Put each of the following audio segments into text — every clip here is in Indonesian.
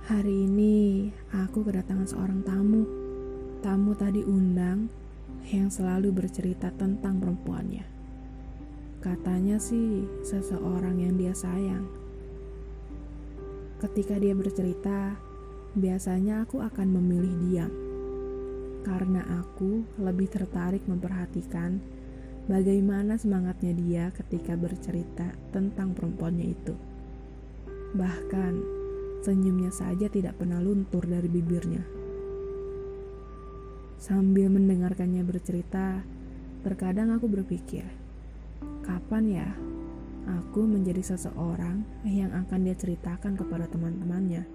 Hari ini aku kedatangan seorang tamu. Tamu tadi undang yang selalu bercerita tentang perempuannya. Katanya sih seseorang yang dia sayang. Ketika dia bercerita, biasanya aku akan memilih diam. Karena aku lebih tertarik memperhatikan bagaimana semangatnya dia ketika bercerita tentang perempuannya itu. Bahkan senyumnya saja tidak pernah luntur dari bibirnya. Sambil mendengarkannya bercerita, terkadang aku berpikir, kapan ya aku menjadi seseorang yang akan dia ceritakan kepada teman-temannya?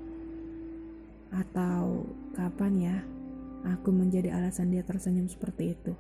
Atau kapan ya aku menjadi alasan dia tersenyum seperti itu?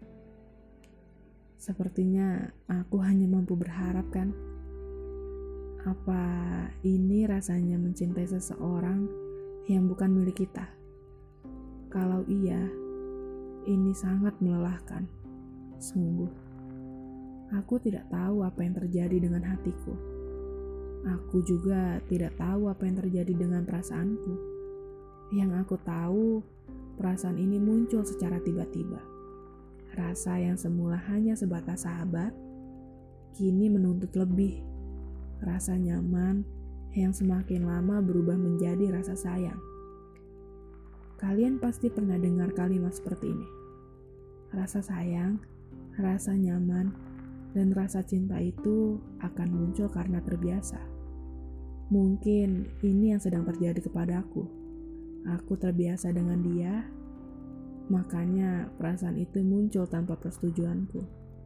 Sepertinya aku hanya mampu berharap kan? Apa ini rasanya mencintai seseorang yang bukan milik kita? Kalau iya, ini sangat melelahkan. Sungguh, aku tidak tahu apa yang terjadi dengan hatiku. Aku juga tidak tahu apa yang terjadi dengan perasaanku. Yang aku tahu, perasaan ini muncul secara tiba-tiba. Rasa yang semula hanya sebatas sahabat, kini menuntut lebih. Rasa nyaman yang semakin lama berubah menjadi rasa sayang. Kalian pasti pernah dengar kalimat seperti ini. Rasa sayang, rasa nyaman, dan rasa cinta itu akan muncul karena terbiasa. Mungkin ini yang sedang terjadi kepadaku. Aku terbiasa dengan dia, makanya perasaan itu muncul tanpa persetujuanku.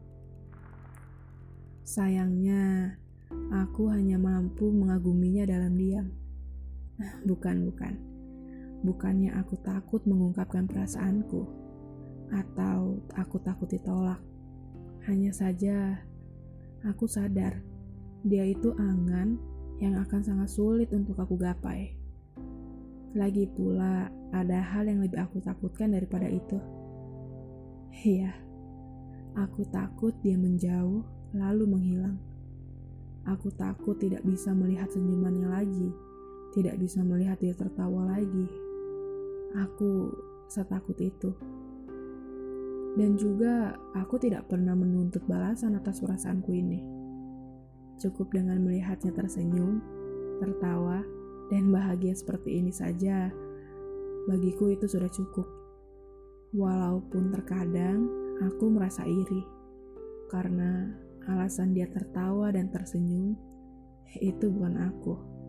Sayangnya, aku hanya mampu mengaguminya dalam diam. Bukannya aku takut mengungkapkan perasaanku, atau aku takut ditolak. Hanya saja, aku sadar, dia itu angan yang akan sangat sulit untuk aku gapai. Lagi pula, ada hal yang lebih aku takutkan daripada itu. Iya, aku takut dia menjauh lalu menghilang. Aku takut tidak bisa melihat senyumannya lagi, tidak bisa melihat dia tertawa lagi. Aku setakut itu. Dan juga aku tidak pernah menuntut balasan atas perasaanku ini. Cukup dengan melihatnya tersenyum, tertawa, dan bahagia seperti ini saja, bagiku itu sudah cukup. Walaupun terkadang aku merasa iri, karena alasan dia tertawa dan tersenyum itu bukan aku.